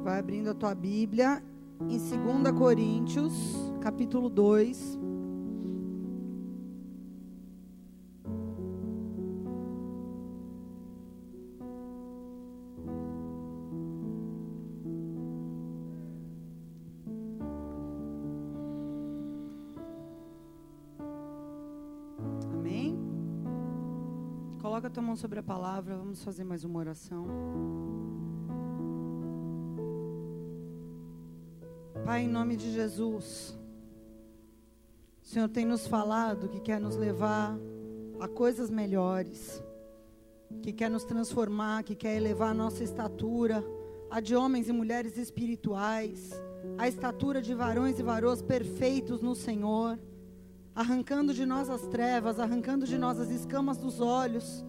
Vai abrindo a tua Bíblia em 2 Coríntios, capítulo 2. Amém? Coloca a tua mão sobre a palavra, vamos fazer mais uma oração. Pai, em nome de Jesus, o Senhor tem nos falado que quer nos levar a coisas melhores, que quer nos transformar, que quer elevar a nossa estatura, a de homens e mulheres espirituais, a estatura de varões e varoas perfeitos no Senhor, arrancando de nós as trevas, arrancando de nós as escamas dos olhos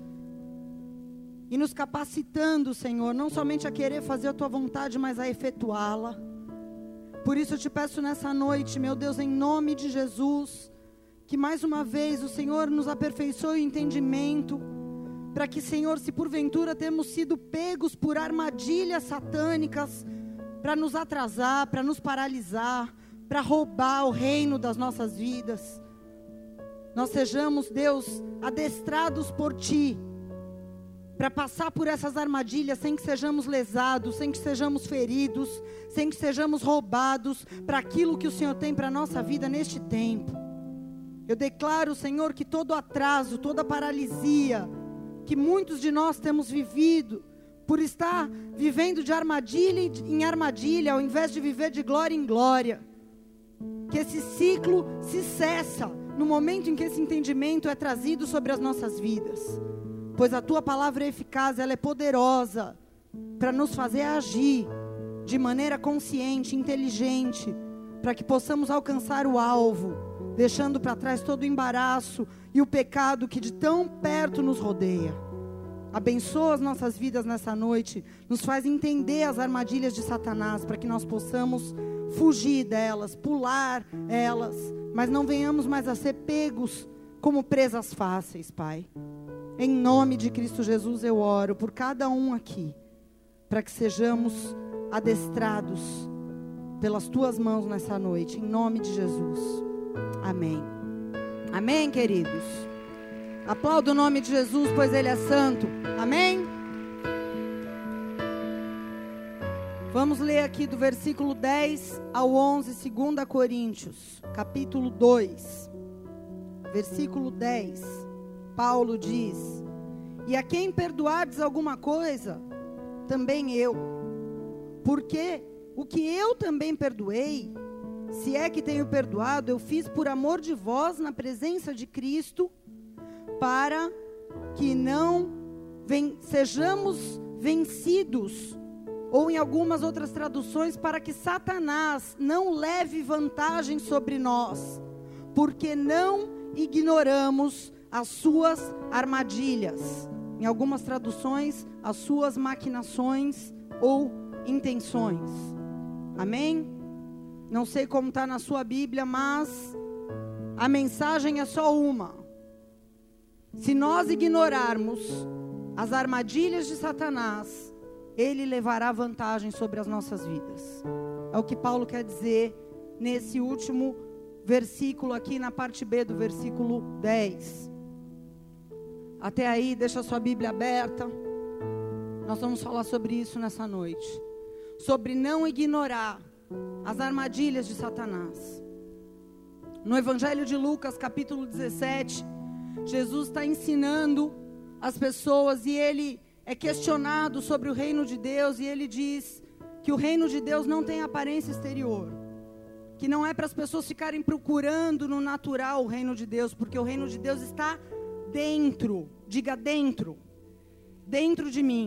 e nos capacitando, Senhor, não somente a querer fazer a Tua vontade, mas a efetuá-la. Por isso eu te peço nessa noite, meu Deus, em nome de Jesus, que mais uma vez o Senhor nos aperfeiçoe o entendimento, para que, Senhor, se porventura temos sido pegos por armadilhas satânicas, para nos atrasar, para nos paralisar, para roubar o reino das nossas vidas, nós sejamos, Deus, adestrados por Ti, para passar por essas armadilhas sem que sejamos lesados, sem que sejamos feridos, sem que sejamos roubados para aquilo que o Senhor tem para a nossa vida neste tempo. Eu declaro, Senhor, que todo atraso, toda paralisia que muitos de nós temos vivido, por estar vivendo de armadilha em armadilha, ao invés de viver de glória em glória, que esse ciclo se cessa no momento em que esse entendimento é trazido sobre as nossas vidas. Pois a Tua palavra é eficaz, ela é poderosa para nos fazer agir de maneira consciente, inteligente, para que possamos alcançar o alvo, deixando para trás todo o embaraço e o pecado que de tão perto nos rodeia. Abençoa as nossas vidas nessa noite, nos faz entender as armadilhas de Satanás, para que nós possamos fugir delas, pular elas, mas não venhamos mais a ser pegos como presas fáceis, Pai. Em nome de Cristo Jesus eu oro por cada um aqui, para que sejamos adestrados pelas Tuas mãos nessa noite, em nome de Jesus. Amém. Amém, queridos? Aplauda o nome de Jesus, pois Ele é santo. Amém? Vamos ler aqui do versículo 10 ao 11, 2 Coríntios, capítulo 2, versículo 10. Paulo diz: e a quem perdoardes alguma coisa, também eu. Porque o que eu também perdoei, se é que tenho perdoado, eu fiz por amor de vós na presença de Cristo, para que não sejamos vencidos, ou em algumas outras traduções, para que Satanás não leve vantagem sobre nós, porque não ignoramos as suas armadilhas. Em algumas traduções, as suas maquinações ou intenções. Amém? Não sei como está na sua Bíblia, mas a mensagem é só uma. Se nós ignorarmos as armadilhas de Satanás, ele levará vantagem sobre as nossas vidas. É o que Paulo quer dizer nesse último versículo aqui, na parte B do versículo 10. Até aí, deixa a sua Bíblia aberta. Nós vamos falar sobre isso nessa noite. Sobre não ignorar as armadilhas de Satanás. No Evangelho de Lucas, capítulo 17, Jesus está ensinando as pessoas e ele é questionado sobre o reino de Deus. E ele diz que o reino de Deus não tem aparência exterior. Que não é para as pessoas ficarem procurando no natural o reino de Deus, porque o reino de Deus está dentro, diga dentro, dentro de mim.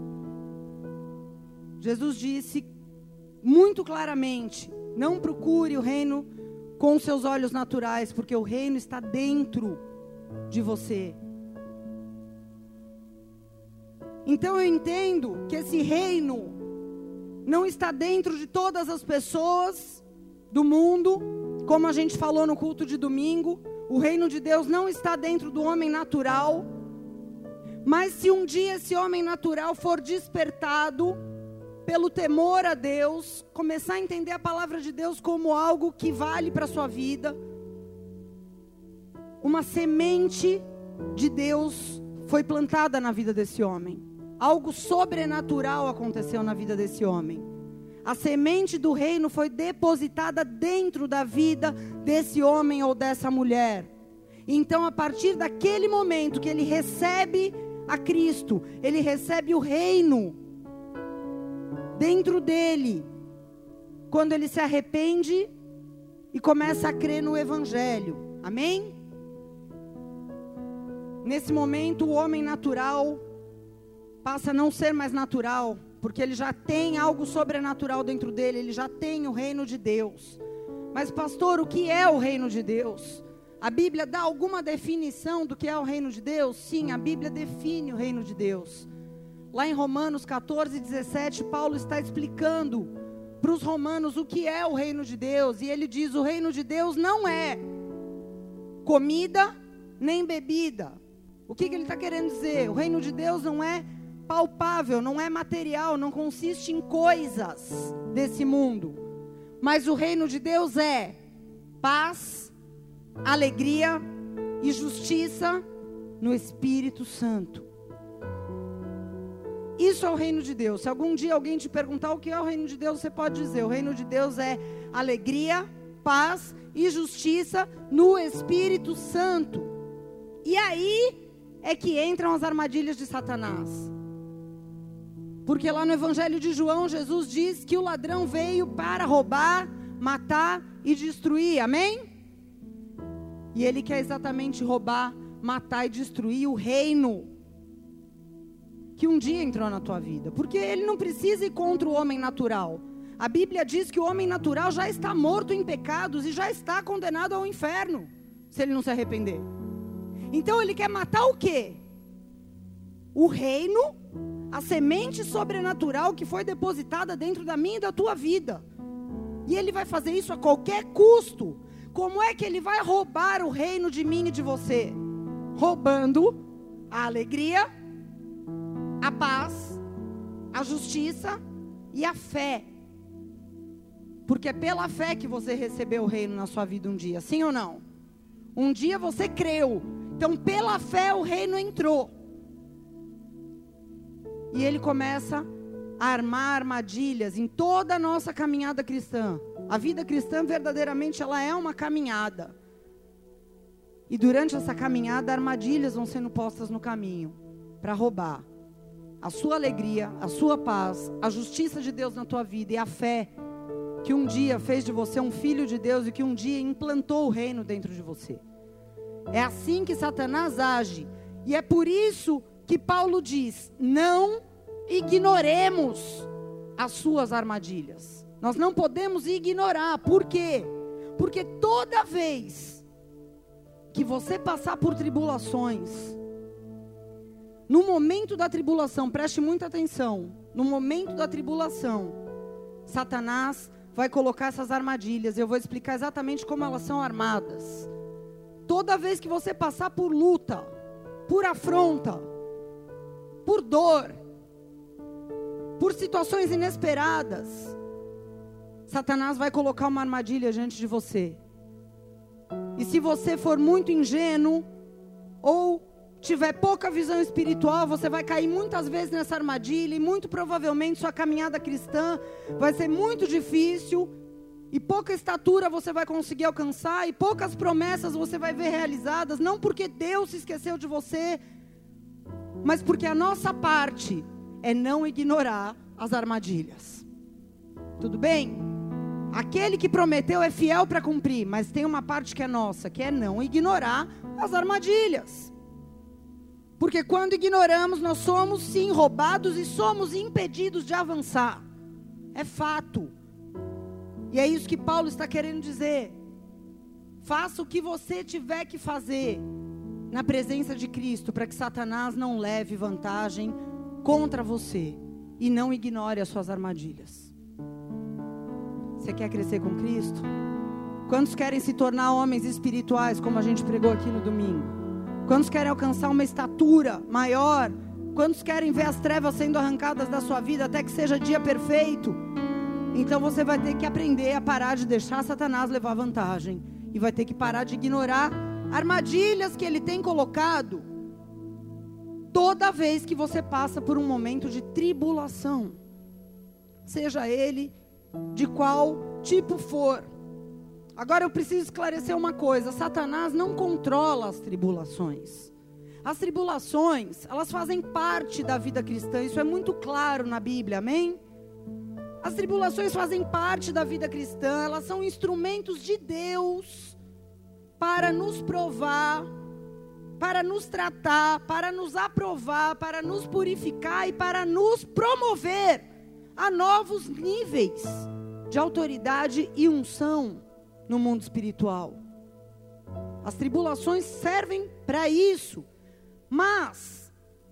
Jesus disse muito claramente: não procure o reino com seus olhos naturais, porque o reino está dentro de você. Então eu entendo que esse reino não está dentro de todas as pessoas do mundo, como a gente falou no culto de domingo. O reino de Deus não está dentro do homem natural. Mas se um dia esse homem natural for despertado, pelo temor a Deus, começar a entender a palavra de Deus como algo que vale para a sua vida. Uma semente de Deus foi plantada na vida desse homem. Algo sobrenatural aconteceu na vida desse homem. A semente do reino foi depositada dentro da vida desse homem ou dessa mulher. Então, a partir daquele momento que ele recebe a Cristo, ele recebe o reino dentro dele, quando ele se arrepende e começa a crer no Evangelho. Amém? Nesse momento, o homem natural passa a não ser mais natural, porque ele já tem algo sobrenatural dentro dele, ele já tem o reino de Deus. Mas pastor, o que é o reino de Deus? A Bíblia dá alguma definição do que é o reino de Deus? Sim, a Bíblia define o reino de Deus. Lá em Romanos 14, 17, Paulo está explicando para os romanos o que é o reino de Deus. E ele diz, o reino de Deus não é comida nem bebida. O que ele está querendo dizer? O reino de Deus não é palpável, não é material, não consiste em coisas desse mundo. Mas o reino de Deus é paz, alegria e justiça no Espírito Santo. Isso é o reino de Deus. Se algum dia alguém te perguntar o que é o reino de Deus, você pode dizer, o reino de Deus é alegria, paz e justiça no Espírito Santo. E aí é que entram as armadilhas de Satanás. Porque lá no Evangelho de João, Jesus diz que o ladrão veio para roubar, matar e destruir. Amém? E ele quer exatamente roubar, matar e destruir o reino que um dia entrou na tua vida. Porque ele não precisa ir contra o homem natural. A Bíblia diz que o homem natural já está morto em pecados e já está condenado ao inferno, se ele não se arrepender. Então ele quer matar o quê? O reino, a semente sobrenatural que foi depositada dentro da minha e da tua vida. E ele vai fazer isso a qualquer custo. Como é que ele vai roubar o reino de mim e de você? Roubando a alegria, a paz, a justiça e a fé. Porque é pela fé que você recebeu o reino na sua vida um dia, sim ou não? Um dia você creu, então pela fé o reino entrou. E ele começa a armar armadilhas em toda a nossa caminhada cristã. A vida cristã verdadeiramente ela é uma caminhada. E durante essa caminhada armadilhas vão sendo postas no caminho para roubar a sua alegria, a sua paz, a justiça de Deus na tua vida e a fé que um dia fez de você um filho de Deus e que um dia implantou o reino dentro de você. É assim que Satanás age. E é por isso que Paulo diz, não ignoremos as suas armadilhas. Nós não podemos ignorar. Por quê? Porque toda vez que você passar por tribulações, no momento da tribulação, preste muita atenção, no momento da tribulação, Satanás vai colocar essas armadilhas. Eu vou explicar exatamente como elas são armadas. Toda vez que você passar por luta, por afronta, por dor, por situações inesperadas, Satanás vai colocar uma armadilha diante de você. E se você for muito ingênuo ou tiver pouca visão espiritual, você vai cair muitas vezes nessa armadilha e muito provavelmente sua caminhada cristã vai ser muito difícil e pouca estatura você vai conseguir alcançar e poucas promessas você vai ver realizadas, não porque Deus se esqueceu de você, mas porque a nossa parte é não ignorar as armadilhas. Tudo bem? Aquele que prometeu é fiel para cumprir, mas tem uma parte que é nossa, que é não ignorar as armadilhas. Porque quando ignoramos, nós somos sim roubados e somos impedidos de avançar. É fato. E é isso que Paulo está querendo dizer. Faça o que você tiver que fazer na presença de Cristo, para que Satanás não leve vantagem contra você e não ignore as suas armadilhas. Você quer crescer com Cristo? Quantos querem se tornar homens espirituais, como a gente pregou aqui no domingo? Quantos querem alcançar uma estatura maior Quantos querem ver as trevas sendo arrancadas da sua vida até que seja dia perfeito? Então você vai ter que aprender a parar de deixar Satanás levar vantagem. E vai ter que parar de ignorar armadilhas que ele tem colocado toda vez que você passa por um momento de tribulação. Seja ele de qual tipo for. Agora eu preciso esclarecer uma coisa. Satanás não controla as tribulações. As tribulações, elas fazem parte da vida cristã. Isso é muito claro na Bíblia, amém? As tribulações fazem parte da vida cristã. Elas são instrumentos de Deus para nos provar, para nos tratar, para nos aprovar, para nos purificar e para nos promover a novos níveis de autoridade e unção no mundo espiritual. As tribulações servem para isso. Mas,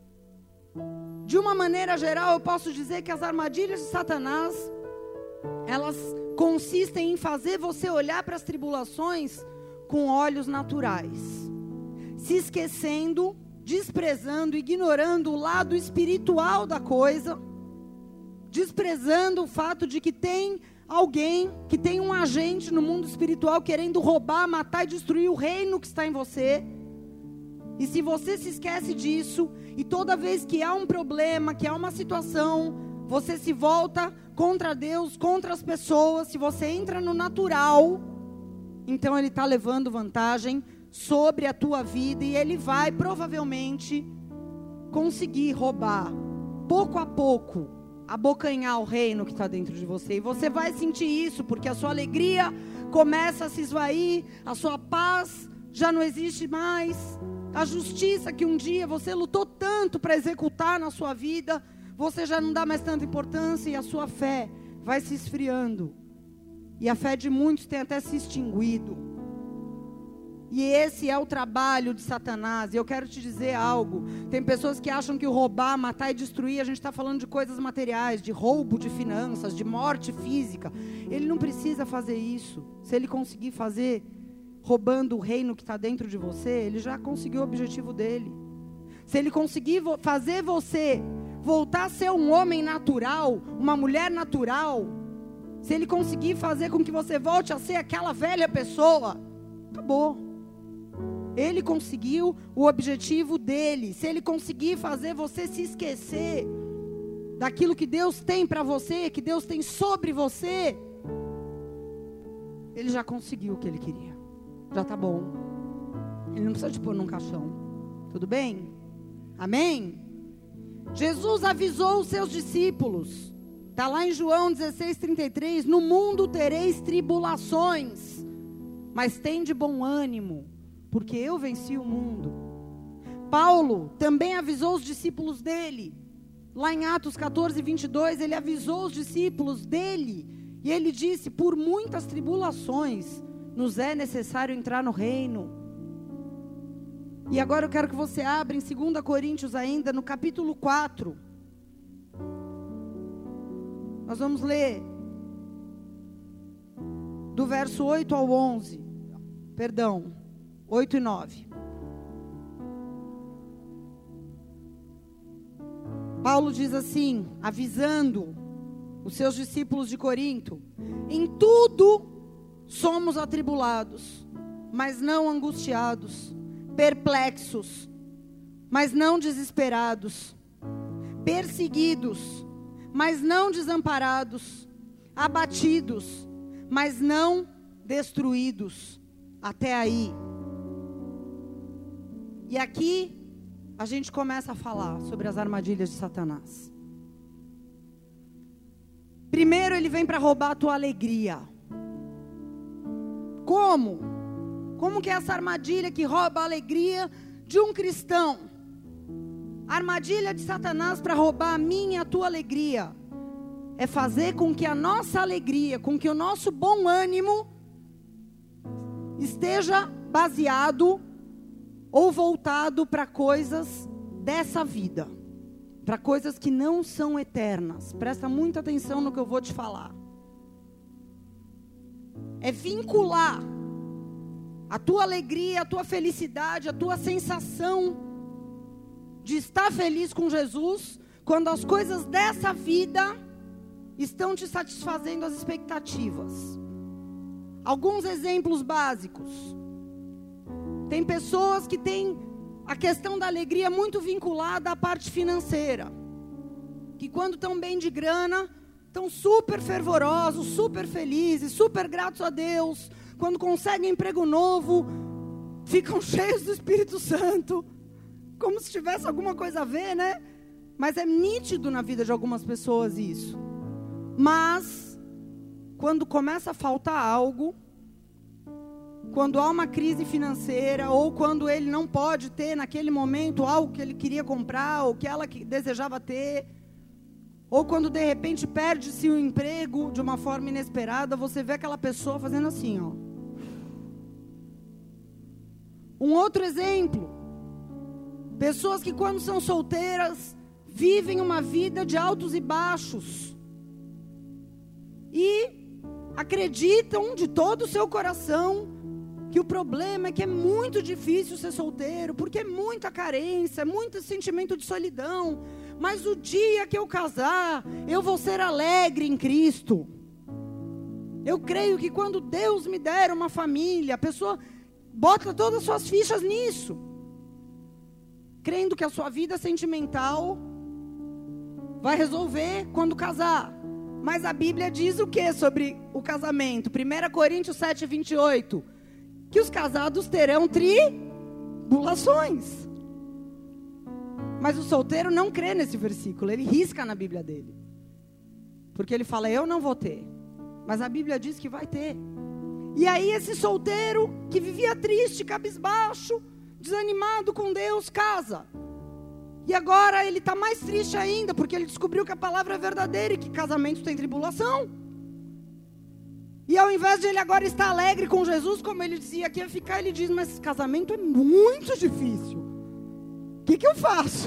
de uma maneira geral, eu posso dizer que as armadilhas de Satanás, elas consistem em fazer você olhar para as tribulações com olhos naturais, se esquecendo, desprezando, ignorando o lado espiritual da coisa, desprezando o fato de que tem alguém, que tem um agente no mundo espiritual querendo roubar, matar e destruir o reino que está em você. E se você se esquece disso, e toda vez que há um problema, que há uma situação, você se volta contra Deus, contra as pessoas, se você entra no natural, então ele está levando vantagem sobre a tua vida, e ele vai provavelmente conseguir roubar, pouco a pouco, abocanhar o reino que está dentro de você. E você vai sentir isso, porque a sua alegria começa a se esvair, a sua paz já não existe mais. A justiça que um dia você lutou tanto para executar na sua vida, você já não dá mais tanta importância, e a sua fé vai se esfriando. E a fé de muitos tem até se extinguido. E esse é o trabalho de Satanás. E eu quero te dizer algo. Tem pessoas que acham que o roubar, matar e destruir, a gente está falando de coisas materiais, de roubo de finanças, de morte física. Ele não precisa fazer isso. Se ele conseguir fazer roubando o reino que está dentro de você, ele já conseguiu o objetivo dele. Se ele conseguir fazer você voltar a ser um homem natural, uma mulher natural, se ele conseguir fazer com que você volte a ser aquela velha pessoa, acabou. Ele conseguiu o objetivo dele. Se ele conseguir fazer você se esquecer daquilo que Deus tem para você, que Deus tem sobre você, ele já conseguiu o que ele queria. Já está bom. Ele não precisa te pôr num caixão. Tudo bem? Amém? Jesus avisou os seus discípulos. Está lá em João 16:33. No mundo tereis tribulações, mas tende bom ânimo, porque eu venci o mundo. Paulo também avisou os discípulos dele. Lá em Atos 14:22, ele avisou os discípulos dele. E ele disse: por muitas tribulações nos é necessário entrar no reino. E agora eu quero que você abra em 2 Coríntios ainda, no capítulo 4. Nós vamos ler do verso 8 ao 11. Perdão, 8 e 9. Paulo diz assim, avisando os seus discípulos de Corinto: em tudo somos atribulados, mas não angustiados, perplexos, mas não desesperados, perseguidos, mas não desamparados, abatidos, mas não destruídos. Até aí. E aqui a gente começa a falar sobre as armadilhas de Satanás. Primeiro, ele vem para roubar a tua alegria. Como? Como que é essa armadilha que rouba a alegria de um cristão? A armadilha de Satanás para roubar a minha e a tua alegria é fazer com que a nossa alegria, com que o nosso bom ânimo esteja baseado ou voltado para coisas dessa vida, para coisas que não são eternas. Presta muita atenção no que eu vou te falar. É vincular a tua alegria, a tua felicidade, a tua sensação de estar feliz com Jesus quando as coisas dessa vida estão te satisfazendo as expectativas. Alguns exemplos básicos. Tem pessoas que têm a questão da alegria muito vinculada à parte financeira. Que quando estão bem de grana, estão super fervorosos, super felizes, super gratos a Deus. Quando conseguem emprego novo, ficam cheios do Espírito Santo. Como se tivesse alguma coisa a ver, né? Mas é nítido na vida de algumas pessoas isso. Mas, quando começa a faltar algo, quando há uma crise financeira, ou quando ele não pode ter naquele momento algo que ele queria comprar, ou que ela desejava ter, ou quando de repente perde-se o emprego de uma forma inesperada, você vê aquela pessoa fazendo assim, ó. Um outro exemplo, pessoas que quando são solteiras, vivem uma vida de altos e baixos, e acreditam de todo o seu coração que o problema é que é muito difícil ser solteiro, porque é muita carência, é muito sentimento de solidão, mas o dia que eu casar, eu vou ser alegre em Cristo. Eu creio que quando Deus me der uma família, a pessoa bota todas as suas fichas nisso, crendo que a sua vida sentimental vai resolver quando casar. Mas a Bíblia diz o que sobre o casamento? 1 Coríntios 7, 28. Que os casados terão tribulações. Mas o solteiro não crê nesse versículo. Ele risca na Bíblia dele. Porque ele fala, eu não vou ter. Mas a Bíblia diz que vai ter. E aí esse solteiro que vivia triste, cabisbaixo, desanimado com Deus, casa. E agora ele está mais triste ainda, porque ele descobriu que a palavra é verdadeira e que casamento tem tribulação. E ao invés de ele agora estar alegre com Jesus, como ele dizia que ia ficar, ele diz, mas esse casamento é muito difícil. O que eu faço?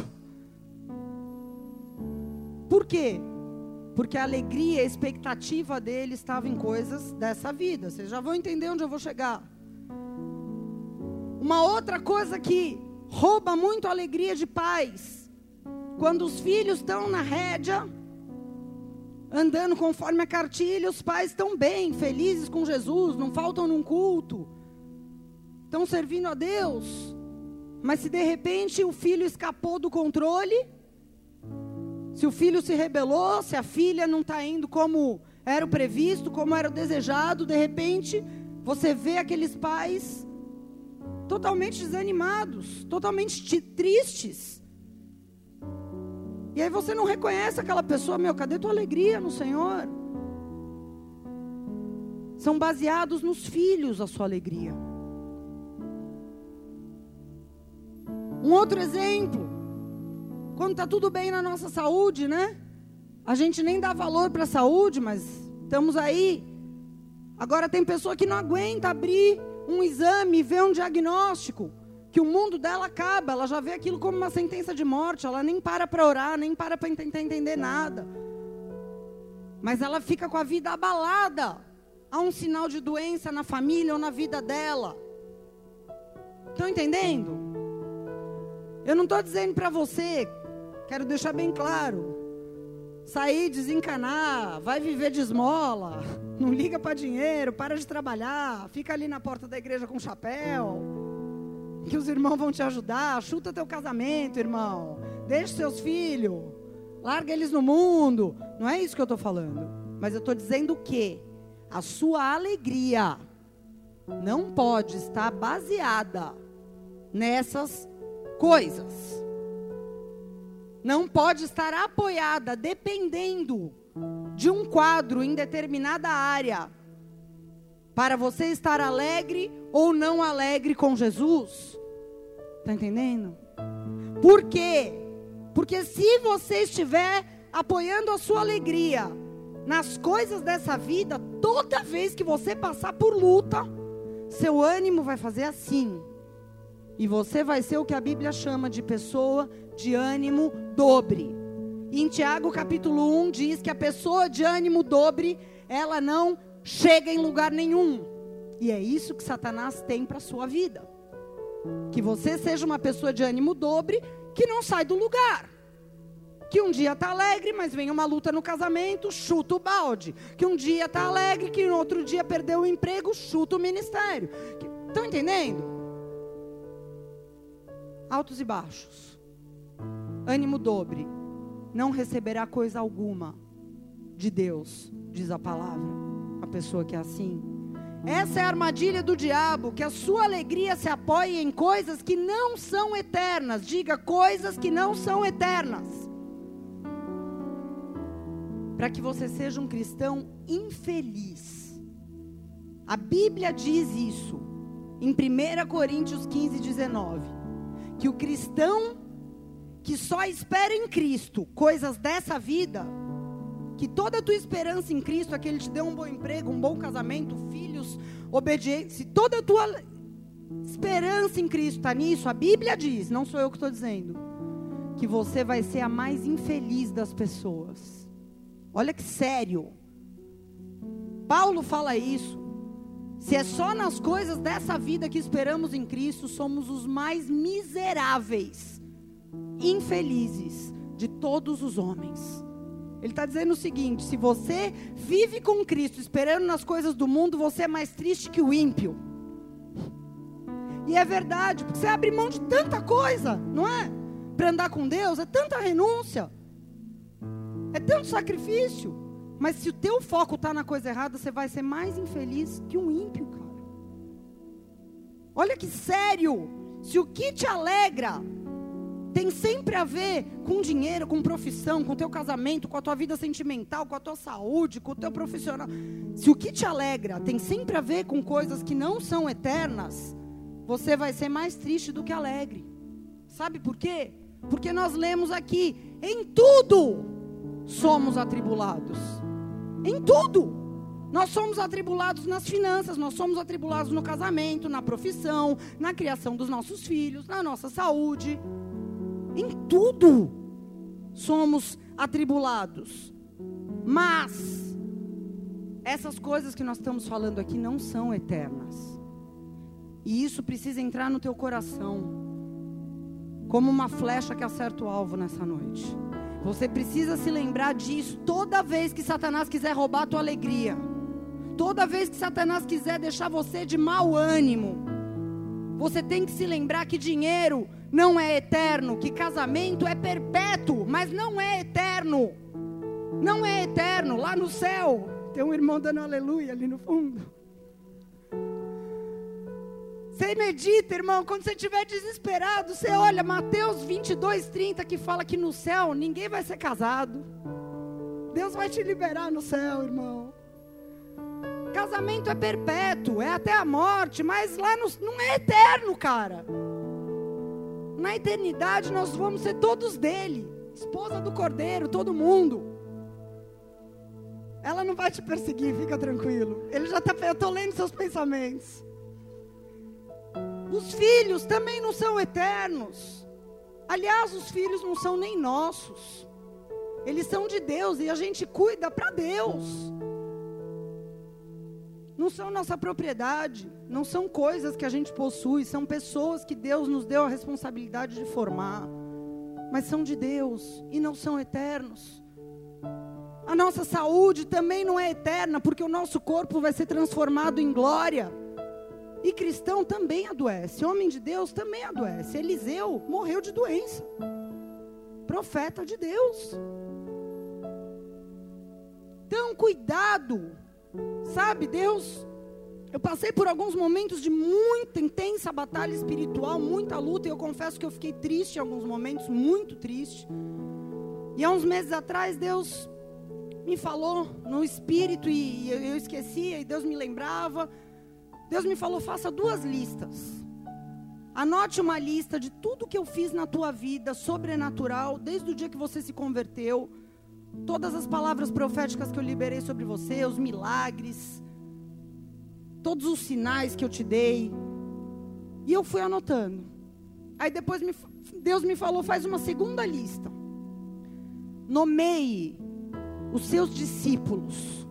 Por quê? Porque a alegria, a expectativa dele estava em coisas dessa vida. Vocês já vão entender onde eu vou chegar. Uma outra coisa que rouba muito a alegria de pais, quando os filhos estão na rédea, andando conforme a cartilha, os pais estão bem, felizes com Jesus, não faltam num culto, estão servindo a Deus, mas se de repente o filho escapou do controle, se o filho se rebelou, se a filha não está indo como era o previsto, como era o desejado, de repente você vê aqueles pais totalmente desanimados, totalmente tristes. E aí você não reconhece aquela pessoa, cadê tua alegria no Senhor? São baseados nos filhos a sua alegria. Um outro exemplo, quando está tudo bem na nossa saúde, né? A gente nem dá valor para a saúde, mas estamos aí. Agora tem pessoa que não aguenta abrir um exame, ver um diagnóstico, que o mundo dela acaba, ela já vê aquilo como uma sentença de morte, ela nem para orar, nem para tentar entender nada. Mas ela fica com a vida abalada. Há um sinal de doença na família ou na vida dela. Estão entendendo? Eu não estou dizendo para você, quero deixar bem claro, sair, desencanar, vai viver de esmola, não liga para dinheiro, para de trabalhar, fica ali na porta da igreja com chapéu, que os irmãos vão te ajudar, chuta teu casamento, irmão, deixa seus filhos, larga eles no mundo. Não é isso que eu estou falando, mas eu estou dizendo que a sua alegria não pode estar baseada nessas coisas. Não pode estar apoiada, dependendo de um quadro em determinada área, para você estar alegre ou não alegre com Jesus. Está entendendo? Por quê? Porque se você estiver apoiando a sua alegria nas coisas dessa vida, toda vez que você passar por luta, seu ânimo vai fazer assim. E você vai ser o que a Bíblia chama de pessoa de ânimo dobre. E em Tiago capítulo 1 diz que a pessoa de ânimo dobre, ela não chega em lugar nenhum. E é isso que Satanás tem para a sua vida. Que você seja uma pessoa de ânimo dobre, que não sai do lugar. Que um dia está alegre, mas vem uma luta no casamento, chuta o balde. Que um dia está alegre, que no outro dia perdeu o emprego, chuta o ministério. Estão entendendo? Altos e baixos. Ânimo dobre. Não receberá coisa alguma de Deus, diz a palavra. A pessoa que é assim. Essa é a armadilha do diabo, que a sua alegria se apoie em coisas que não são eternas. Diga, coisas que não são eternas. Para que você seja um cristão infeliz. A Bíblia diz isso, em 1 Coríntios 15, 19. Que o cristão que só espera em Cristo coisas dessa vida, que toda a tua esperança em Cristo é que Ele te dê um bom emprego, um bom casamento, filhos, obediência, se toda a tua esperança em Cristo está nisso, a Bíblia diz, não sou eu que estou dizendo, que você vai ser a mais infeliz das pessoas. Olha que sério. Paulo fala isso. Se é só nas coisas dessa vida que esperamos em Cristo, somos os mais miseráveis, infelizes de todos os homens. Ele está dizendo o seguinte: se você vive com Cristo esperando nas coisas do mundo, você é mais triste que o ímpio. E é verdade, porque você abre mão de tanta coisa, não é? Para andar com Deus, é tanta renúncia, é tanto sacrifício. Mas se o teu foco está na coisa errada, você vai ser mais infeliz que um ímpio, cara. Olha que sério. Se o que te alegra tem sempre a ver com dinheiro, com profissão, com o teu casamento, com a tua vida sentimental, com a tua saúde, com o teu profissional. Se o que te alegra tem sempre a ver com coisas que não são eternas, você vai ser mais triste do que alegre. Sabe por quê? Porque nós lemos aqui, em tudo somos atribulados. Em tudo. Nós somos atribulados nas finanças, nós somos atribulados no casamento, na profissão, na criação dos nossos filhos, na nossa saúde. Em tudo somos atribulados. Mas essas coisas que nós estamos falando aqui não são eternas. E isso precisa entrar no teu coração, como uma flecha que acerta o alvo nessa noite. Você precisa se lembrar disso toda vez que Satanás quiser roubar a tua alegria. Toda vez que Satanás quiser deixar você de mau ânimo. Você tem que se lembrar que dinheiro não é eterno, que casamento é perpétuo, mas não é eterno. Não é eterno. Lá no céu, tem um irmão dando aleluia ali no fundo. Você medita, irmão, quando você estiver desesperado, você olha Mateus 22:30, que fala que no céu ninguém vai ser casado. Deus vai te liberar no céu, irmão. Casamento é perpétuo, é até a morte, mas lá não é eterno, cara. Na eternidade nós vamos ser todos dele, esposa do Cordeiro, todo mundo. Ela não vai te perseguir, fica tranquilo. Ele já está, eu estou lendo seus pensamentos. Os filhos também não são eternos. Aliás, os filhos não são nem nossos. Eles são de Deus e a gente cuida para Deus. Não são nossa propriedade. Não são coisas que a gente possui. São pessoas que Deus nos deu a responsabilidade de formar. Mas são de Deus e não são eternos. A nossa saúde também não é eterna, porque o nosso corpo vai ser transformado em glória. E cristão também adoece, homem de Deus também adoece. Eliseu morreu de doença, profeta de Deus. Então cuidado, sabe, Deus, eu passei por alguns momentos de muita intensa batalha espiritual, muita luta, e eu confesso que eu fiquei triste em alguns momentos, muito triste. E há uns meses atrás Deus me falou no espírito e eu esquecia, e Deus me lembrava. Deus me falou, faça 2 listas. Anote uma lista de tudo que eu fiz na tua vida, sobrenatural, desde o dia que você se converteu. Todas as palavras proféticas que eu liberei sobre você, os milagres, todos os sinais que eu te dei. E eu fui anotando. Aí depois Deus me falou, faz uma 2ª lista. Nomeie os seus discípulos.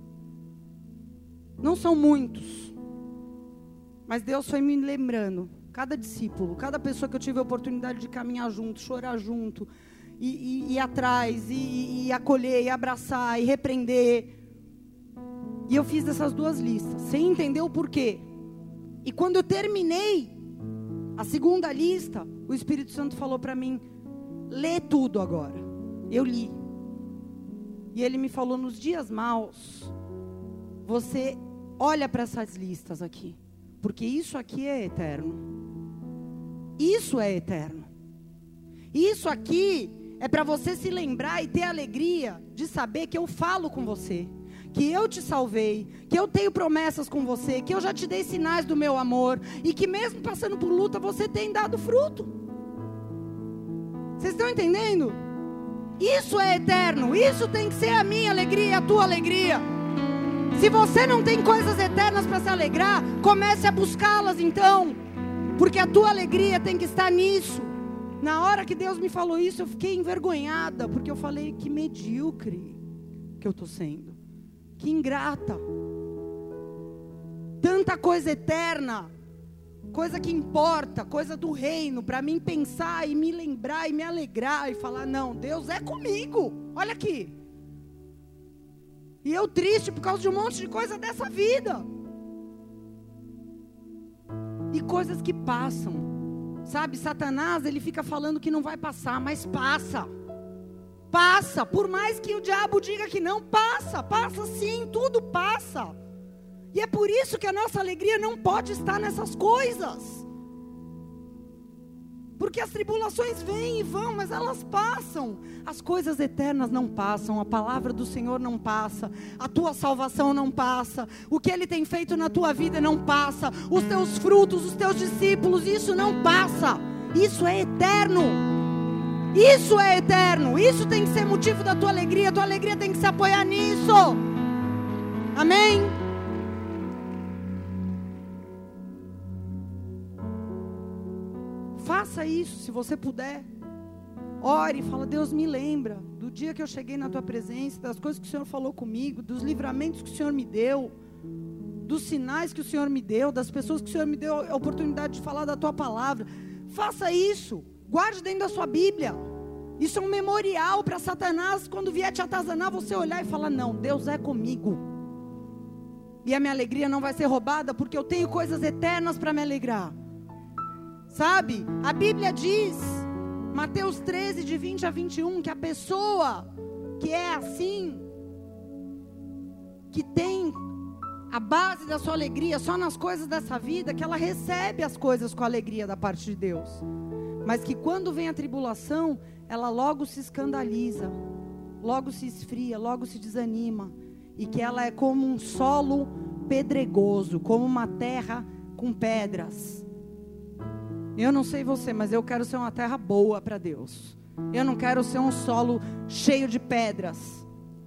Não são muitos, mas Deus foi me lembrando, cada discípulo, cada pessoa que eu tive a oportunidade de caminhar junto, chorar junto, e ir atrás, e acolher, e abraçar, e repreender. E eu fiz essas 2 listas, sem entender o porquê. E quando eu terminei a segunda lista, o Espírito Santo falou para mim: lê tudo agora. Eu li. E ele me falou: nos dias maus, você olha para essas listas aqui, porque isso aqui é eterno. Isso é eterno. Isso aqui é para você se lembrar e ter alegria de saber que eu falo com você, que eu te salvei, que eu tenho promessas com você, que eu já te dei sinais do meu amor, e que mesmo passando por luta, você tem dado fruto. Vocês estão entendendo? Isso é eterno, isso tem que ser a minha alegria e a tua alegria. Se você não tem coisas eternas para se alegrar, comece a buscá-las então, porque a tua alegria tem que estar nisso. Na hora que Deus me falou isso, eu fiquei envergonhada, porque eu falei: que medíocre que eu estou sendo, que ingrata. Tanta coisa eterna, coisa que importa, coisa do reino, para mim pensar e me lembrar e me alegrar e falar: não, Deus é comigo, olha aqui. E eu triste por causa de um monte de coisa dessa vida. E coisas que passam, sabe? Satanás, ele fica falando que não vai passar, mas passa. Passa, por mais que o diabo diga que não, passa sim, tudo passa. E é por isso que a nossa alegria não pode estar nessas coisas. Porque as tribulações vêm e vão, mas elas passam. As coisas eternas não passam, a palavra do Senhor não passa, a tua salvação não passa, o que Ele tem feito na tua vida não passa, os teus frutos, os teus discípulos, isso não passa. Isso é eterno. Isso é eterno. Isso tem que ser motivo da tua alegria. A tua alegria tem que se apoiar nisso. Amém? Faça isso, se você puder. Ore e fala: Deus, me lembra do dia que eu cheguei na tua presença, das coisas que o Senhor falou comigo, dos livramentos que o Senhor me deu, dos sinais que o Senhor me deu, das pessoas que o Senhor me deu a oportunidade de falar da tua palavra. Faça isso. Guarde dentro da sua Bíblia. Isso é um memorial para Satanás, quando vier te atazanar, você olhar e falar: não, Deus é comigo. E a minha alegria não vai ser roubada, porque eu tenho coisas eternas para me alegrar. Sabe? A Bíblia diz, Mateus 13, de 20 a 21, que a pessoa que é assim, que tem a base da sua alegria só nas coisas dessa vida, que ela recebe as coisas com alegria da parte de Deus. Mas que quando vem a tribulação, ela logo se escandaliza, logo se esfria, logo se desanima. E que ela é como um solo pedregoso, como uma terra com pedras. Eu não sei você, mas eu quero ser uma terra boa para Deus. Eu não quero ser um solo cheio de pedras.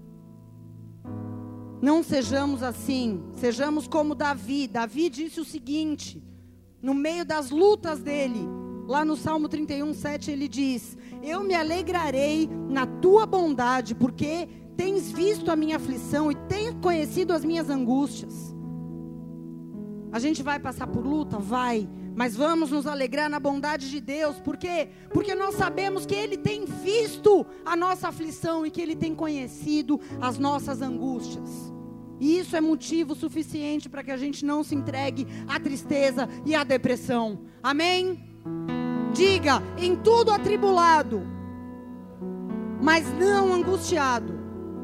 Não sejamos assim. Sejamos como Davi. Davi disse o seguinte, no meio das lutas dele, lá no Salmo 31, 7, ele diz: eu me alegrarei na tua bondade, porque tens visto a minha aflição e tens conhecido as minhas angústias. A gente vai passar por luta? Vai. Mas vamos nos alegrar na bondade de Deus. Por quê? Porque nós sabemos que Ele tem visto a nossa aflição e que Ele tem conhecido as nossas angústias. E isso é motivo suficiente para que a gente não se entregue à tristeza e à depressão. Amém? Diga: em tudo atribulado, mas não angustiado.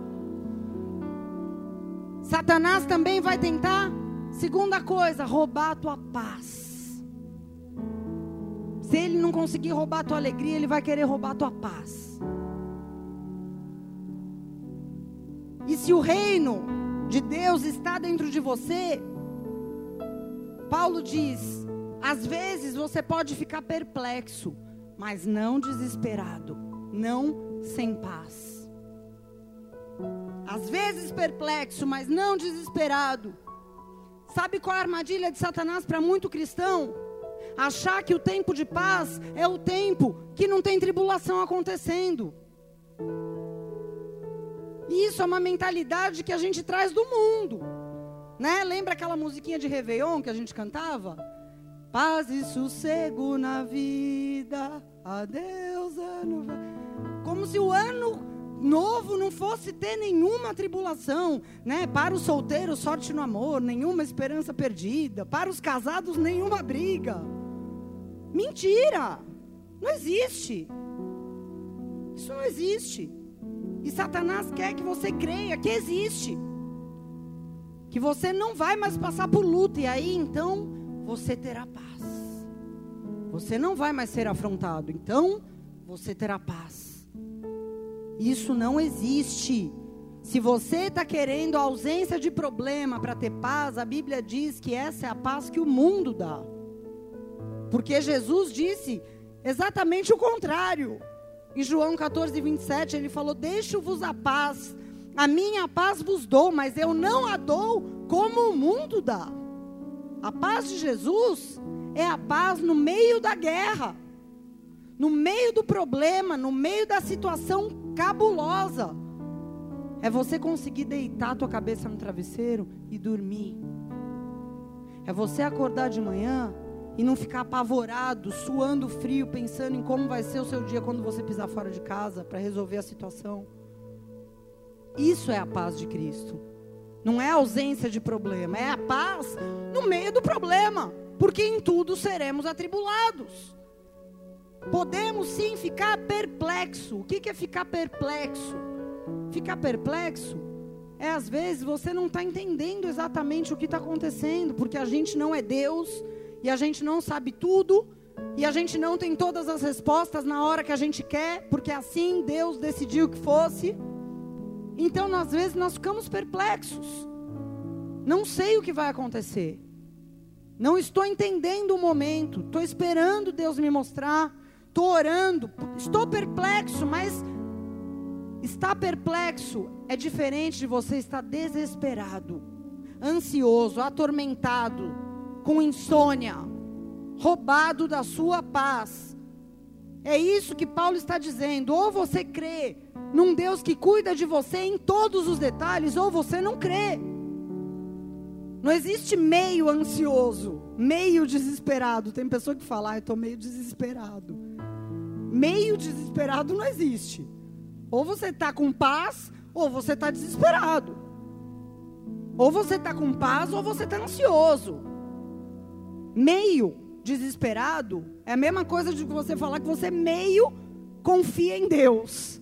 Satanás também vai tentar, segunda coisa, roubar a tua paz. Se ele não conseguir roubar a tua alegria, ele vai querer roubar a tua paz. E se o reino de Deus está dentro de você, Paulo diz: às vezes você pode ficar perplexo, mas não desesperado, não sem paz. Às vezes perplexo, mas não desesperado. Sabe qual é a armadilha de Satanás para muito cristão? Achar que o tempo de paz é o tempo que não tem tribulação acontecendo. E isso é uma mentalidade que a gente traz do mundo, né? Lembra aquela musiquinha de Réveillon que a gente cantava? Paz e sossego na vida. Adeus, ano. Como se o ano novo não fosse ter nenhuma tribulação, né? Para os solteiros, sorte no amor, nenhuma esperança perdida. Para os casados, nenhuma briga. Mentira! Não existe. Isso não existe. E Satanás quer que você creia que existe. Que você não vai mais passar por luta. E aí, então, você terá paz. Você não vai mais ser afrontado. Então, você terá paz. Isso não existe. Se você está querendo a ausência de problema para ter paz, a Bíblia diz que essa é a paz que o mundo dá. Porque Jesus disse exatamente o contrário. Em João 14, 27, ele falou: deixo-vos a paz, a minha paz vos dou, mas eu não a dou como o mundo dá. A paz de Jesus é a paz no meio da guerra, no meio do problema, no meio da situação cabulosa. É você conseguir deitar a tua cabeça no travesseiro e dormir. É você acordar de manhã e não ficar apavorado, suando frio, pensando em como vai ser o seu dia quando você pisar fora de casa para resolver a situação. Isso é a paz de Cristo. Não é a ausência de problema, é a paz no meio do problema. Porque em tudo seremos atribulados. Podemos sim ficar perplexo. O que é ficar perplexo? Ficar perplexo é às vezes você não está entendendo exatamente o que está acontecendo. Porque a gente não é Deus. E a gente não sabe tudo, e a gente não tem todas as respostas na hora que a gente quer, porque assim Deus decidiu que fosse. Então, às vezes, nós ficamos perplexos. Não sei o que vai acontecer. Não estou entendendo o momento. Estou esperando Deus me mostrar. Estou orando. Estou perplexo, mas estar perplexo é diferente de você estar desesperado, ansioso, atormentado, com insônia, roubado da sua paz. É isso que Paulo está dizendo. Ou você crê num Deus que cuida de você em todos os detalhes, ou você não crê. Não existe meio ansioso, meio desesperado. Tem pessoa que fala: eu estou meio desesperado. Meio desesperado não existe. Ou você está com paz, ou você está desesperado. Ou você está com paz, ou você está ansioso. Meio desesperado é a mesma coisa de você falar que você meio confia em Deus.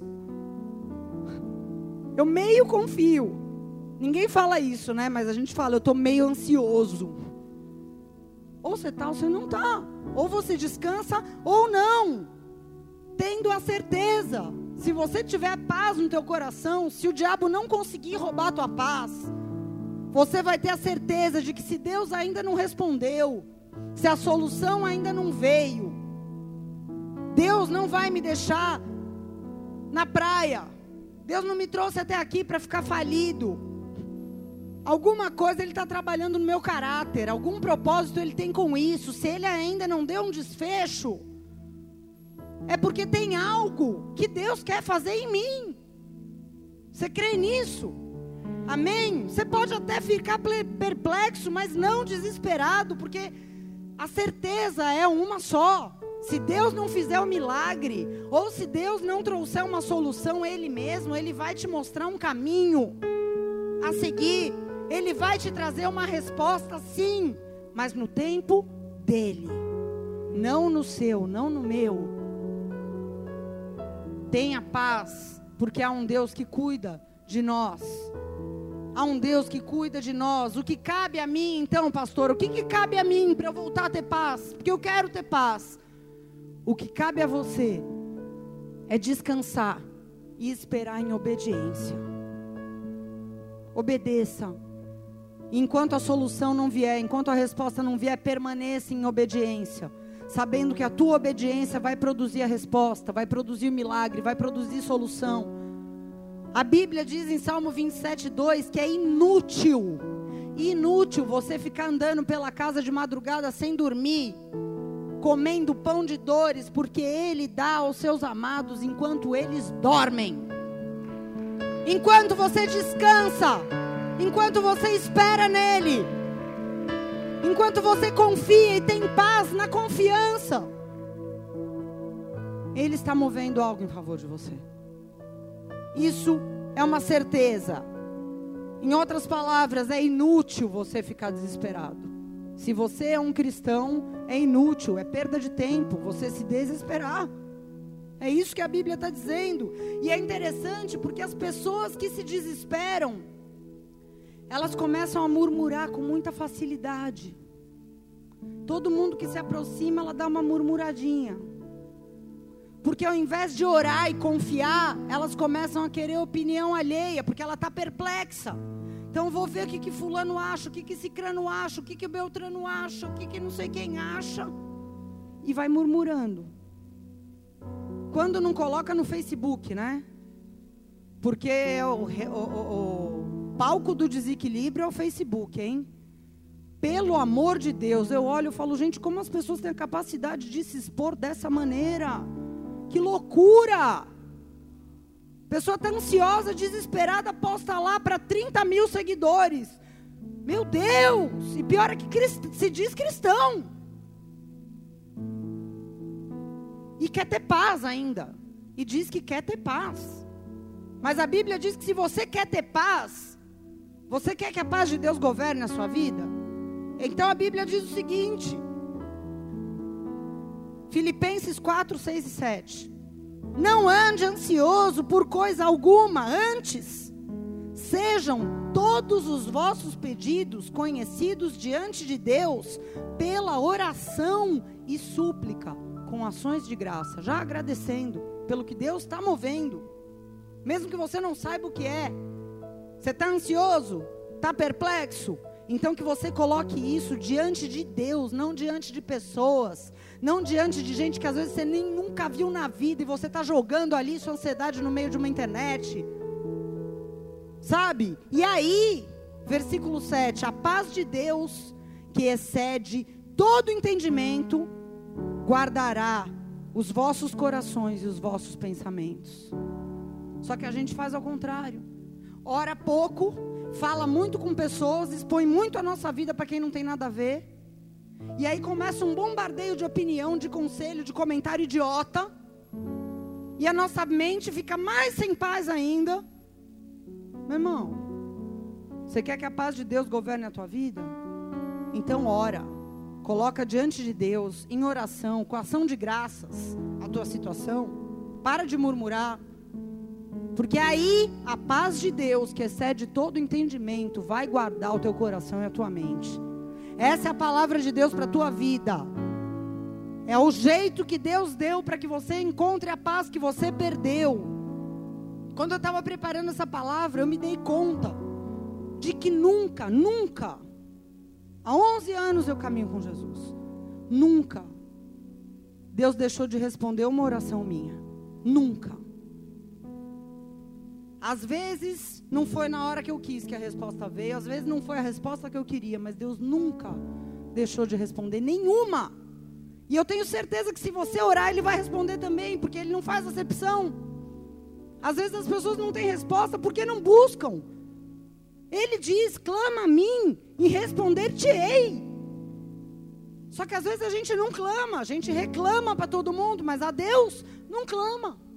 Eu meio confio. Ninguém fala isso, né? Mas a gente fala: eu estou meio ansioso. Ou você está ou você não está. Ou você descansa ou não. Tendo a certeza. Se você tiver paz no teu coração, se o diabo não conseguir roubar a tua paz, você vai ter a certeza de que se Deus ainda não respondeu, se a solução ainda não veio, Deus não vai me deixar na praia. Deus não me trouxe até aqui para ficar falido. Alguma coisa Ele está trabalhando no meu caráter. Algum propósito Ele tem com isso. Se Ele ainda não deu um desfecho, é porque tem algo que Deus quer fazer em mim. Você crê nisso? Amém? Você pode até ficar perplexo, mas não desesperado, porque a certeza é uma só. Se Deus não fizer o milagre, ou se Deus não trouxer uma solução Ele mesmo, Ele vai te mostrar um caminho a seguir. Ele vai te trazer uma resposta, sim, mas no tempo dEle, não no seu, não no meu. Tenha paz, porque há um Deus que cuida de nós. Há um Deus que cuida de nós. O que cabe a mim então, pastor? O que cabe a mim para eu voltar a ter paz? Porque eu quero ter paz. O que cabe a você é descansar e esperar em obediência. Obedeça. Enquanto a solução não vier, enquanto a resposta não vier, permaneça em obediência, sabendo que a tua obediência vai produzir a resposta, vai produzir o milagre, vai produzir solução. A Bíblia diz em Salmo 27:2 que é inútil você ficar andando pela casa de madrugada sem dormir, comendo pão de dores, porque Ele dá aos seus amados enquanto eles dormem. Enquanto você descansa, enquanto você espera nele, enquanto você confia e tem paz na confiança, Ele está movendo algo em favor de você. Isso é uma certeza. Em outras palavras, é inútil você ficar desesperado. Se você é um cristão, é inútil, é perda de tempo você se desesperar. É isso que a Bíblia está dizendo. E é interessante porque as pessoas que se desesperam, elas começam a murmurar com muita facilidade. Todo mundo que se aproxima, ela dá uma murmuradinha. Porque ao invés de orar e confiar, elas começam a querer opinião alheia, porque ela está perplexa. Então vou ver o que fulano acha, o que cicrano acha, o que beltrano acha, o que não sei quem acha. E vai murmurando. Quando não coloca no Facebook, né? Porque o palco do desequilíbrio é o Facebook, hein? Pelo amor de Deus, eu olho e falo, gente, como as pessoas têm a capacidade de se expor dessa maneira? Que loucura! Pessoa tá ansiosa, desesperada, posta lá para 30 mil seguidores. Meu Deus! E pior é que se diz cristão. E quer ter paz ainda. E diz que quer ter paz. Mas a Bíblia diz que se você quer ter paz, você quer que a paz de Deus governe a sua vida? Então a Bíblia diz o seguinte. Filipenses 4, 6 e 7. Não ande ansioso por coisa alguma, antes sejam todos os vossos pedidos conhecidos diante de Deus pela oração e súplica, com ações de graça, já agradecendo pelo que Deus está movendo, mesmo que você não saiba o que é. Você está ansioso? Está perplexo? Então que você coloque isso diante de Deus, não diante de pessoas, não diante de gente que às vezes você nem nunca viu na vida e você está jogando ali sua ansiedade no meio de uma internet, sabe? E aí, versículo 7, a paz de Deus, que excede todo entendimento, guardará os vossos corações e os vossos pensamentos. Só que a gente faz ao contrário, ora pouco, fala muito com pessoas, expõe muito a nossa vida para quem não tem nada a ver. E aí começa um bombardeio de opinião, de conselho, de comentário idiota. E a nossa mente fica mais sem paz ainda. Meu irmão, você quer que a paz de Deus governe a tua vida? Então ora. Coloca diante de Deus, em oração, com ação de graças, a tua situação. Para de murmurar. Porque aí a paz de Deus, que excede todo entendimento, vai guardar o teu coração e a tua mente. Essa é a palavra de Deus para a tua vida. É o jeito que Deus deu para que você encontre a paz que você perdeu. Quando eu estava preparando essa palavra, eu me dei conta de que nunca, há 11 anos eu caminho com Jesus, nunca Deus deixou de responder uma oração minha. Nunca. Às vezes não foi na hora que eu quis que a resposta veio, às vezes não foi a resposta que eu queria, mas Deus nunca deixou de responder nenhuma. E eu tenho certeza que se você orar, Ele vai responder também, porque Ele não faz acepção. Às vezes as pessoas não têm resposta porque não buscam. Ele diz, clama a mim e responder-te-ei. Só que às vezes a gente não clama, a gente reclama para todo mundo, mas a Deus não clama.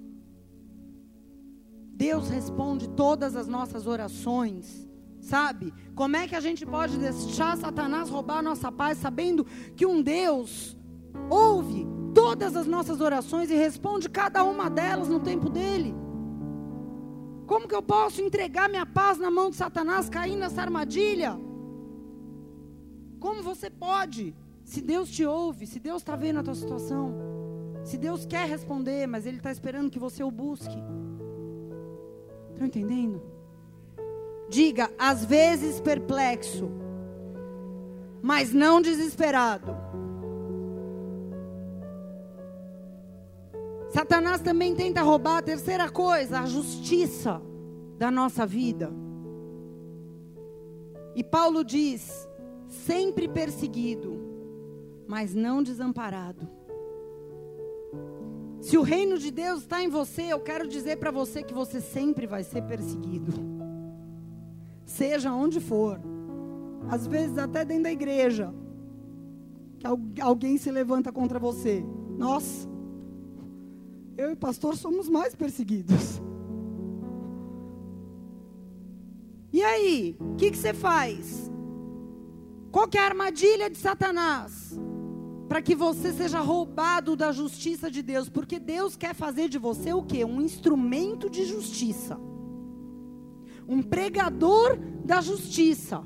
Deus responde todas as nossas orações, sabe? Como é que a gente pode deixar Satanás roubar a nossa paz, sabendo que um Deus ouve todas as nossas orações e responde cada uma delas no tempo dele? Como que eu posso entregar minha paz na mão de Satanás, cair nessa armadilha? Como você pode? Se Deus te ouve, se Deus está vendo a tua situação, se Deus quer responder, mas Ele está esperando que você o busque. Estão entendendo? Diga, às vezes perplexo, mas não desesperado. Satanás também tenta roubar a terceira coisa, a justiça da nossa vida. E Paulo diz, sempre perseguido, mas não desamparado. Se o reino de Deus está em você, eu quero dizer para você que você sempre vai ser perseguido. Seja onde for. Às vezes até dentro da igreja. que alguém se levanta contra você. Nossa, eu e o pastor somos mais perseguidos. E aí, o que você faz? Qual que é a armadilha de Satanás? Para que você seja roubado da justiça de Deus. Porque Deus quer fazer de você o quê? Um instrumento de justiça. Um pregador da justiça.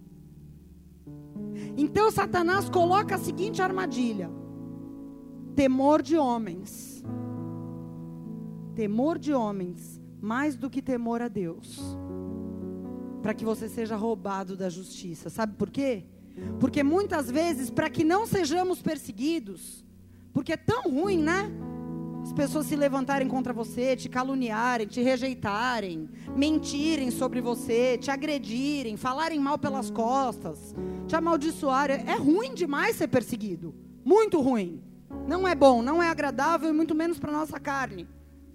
Então Satanás coloca a seguinte armadilha: temor de homens. Temor de homens, mais do que temor a Deus. Para que você seja roubado da justiça. Sabe por quê? Porque muitas vezes, para que não sejamos perseguidos, porque é tão ruim, né? As pessoas se levantarem contra você, te caluniarem, te rejeitarem, mentirem sobre você, te agredirem, falarem mal pelas costas, te amaldiçoarem. É ruim demais ser perseguido. Muito ruim. Não é bom, não é agradável e muito menos para a nossa carne.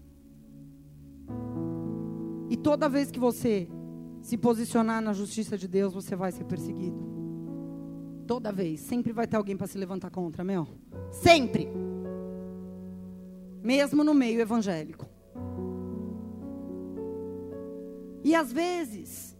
E toda vez que você se posicionar na justiça de Deus, você vai ser perseguido. Toda vez. Sempre vai ter alguém para se levantar contra, meu. Sempre. Mesmo no meio evangélico. E às vezes,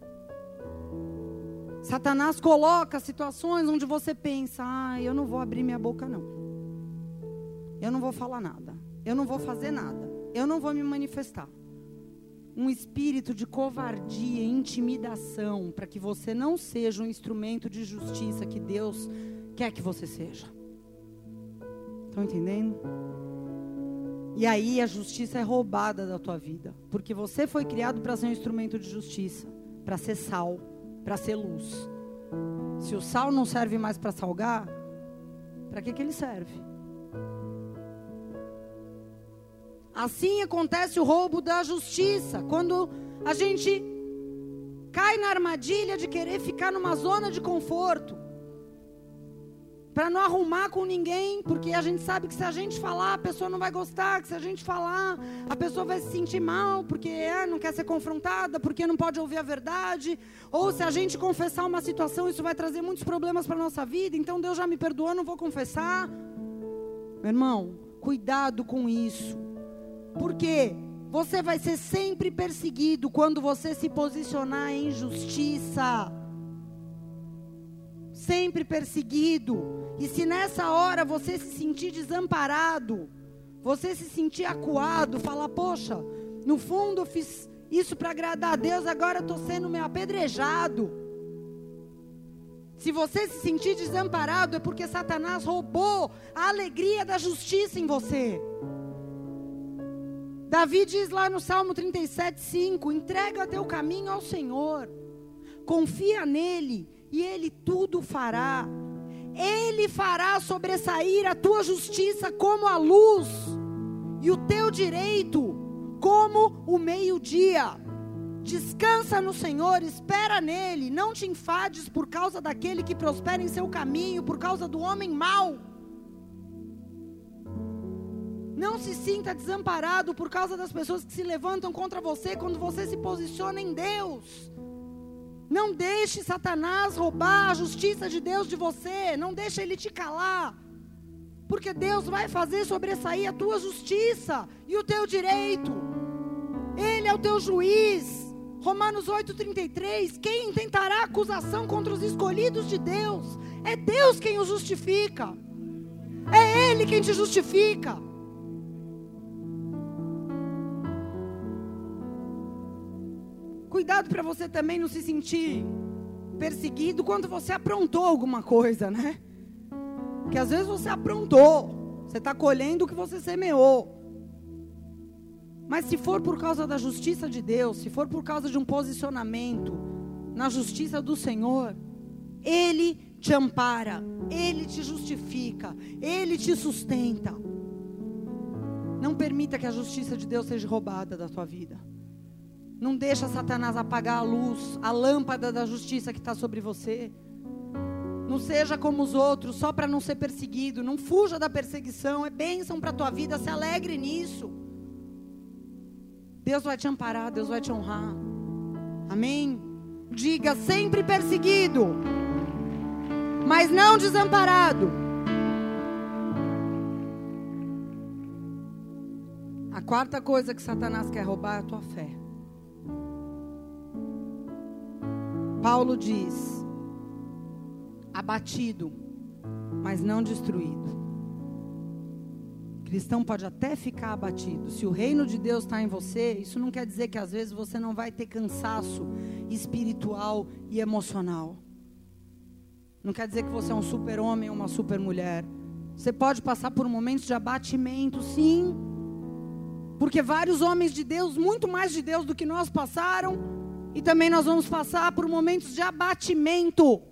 Satanás coloca situações onde você pensa: eu não vou abrir minha boca não. Eu não vou falar nada. Eu não vou fazer nada. Eu não vou me manifestar. Um espírito de covardia e intimidação, para que você não seja um instrumento de justiça que Deus quer que você seja. Estão entendendo? E aí a justiça é roubada da tua vida, porque você foi criado para ser um instrumento de justiça, para ser sal, para ser luz. Se o sal não serve mais para salgar, para que ele serve? Assim acontece o roubo da justiça, quando a gente cai na armadilha de querer ficar numa zona de conforto, para não arrumar com ninguém, porque a gente sabe que se a gente falar, a pessoa não vai gostar, que se a gente falar, a pessoa vai se sentir mal, porque não quer ser confrontada, porque não pode ouvir a verdade, ou se a gente confessar uma situação, isso vai trazer muitos problemas para a nossa vida, então Deus já me perdoou, não vou confessar. Meu irmão, cuidado com isso. Porque você vai ser sempre perseguido quando você se posicionar em justiça. Sempre perseguido. E se nessa hora você se sentir desamparado, você se sentir acuado, falar: poxa, no fundo eu fiz isso para agradar a Deus, agora eu estou sendo meio apedrejado. Se você se sentir desamparado, é porque Satanás roubou a alegria da justiça em você. Davi diz lá no Salmo 37:5, entrega teu caminho ao Senhor, confia nele e ele tudo fará. Ele fará sobressair a tua justiça como a luz e o teu direito como o meio-dia. Descansa no Senhor, espera nele, não te enfades por causa daquele que prospera em seu caminho, por causa do homem mau. Não se sinta desamparado por causa das pessoas que se levantam contra você quando você se posiciona em Deus. Não deixe Satanás roubar a justiça de Deus de você. Não deixe ele te calar. Porque Deus vai fazer sobressair a tua justiça e o teu direito. Ele é o teu juiz. Romanos 8:33. Quem intentará acusação contra os escolhidos de Deus? É Deus quem os justifica. É Ele quem te justifica. Cuidado para você também não se sentir perseguido quando você aprontou alguma coisa, né? Porque às vezes você aprontou, você está colhendo o que você semeou. Mas se for por causa da justiça de Deus, se for por causa de um posicionamento na justiça do Senhor, Ele te ampara, Ele te justifica, Ele te sustenta. Não permita que a justiça de Deus seja roubada da tua vida. Não deixa Satanás apagar a luz, a lâmpada da justiça que está sobre você. Não seja como os outros, só para não ser perseguido. Não fuja da perseguição, é bênção para a tua vida, se alegre nisso. Deus vai te amparar, Deus vai te honrar. Amém? Diga: sempre perseguido, mas não desamparado. A quarta coisa que Satanás quer roubar é a tua fé. Paulo diz: abatido, mas não destruído. O cristão pode até ficar abatido. Se o reino de Deus está em você, isso não quer dizer que às vezes você não vai ter cansaço espiritual e emocional. Não quer dizer que você é um super-homem ou uma super-mulher. Você pode passar por momentos de abatimento, sim. Porque vários homens de Deus, muito mais de Deus do que nós passaram. E também nós vamos passar por momentos de abatimento.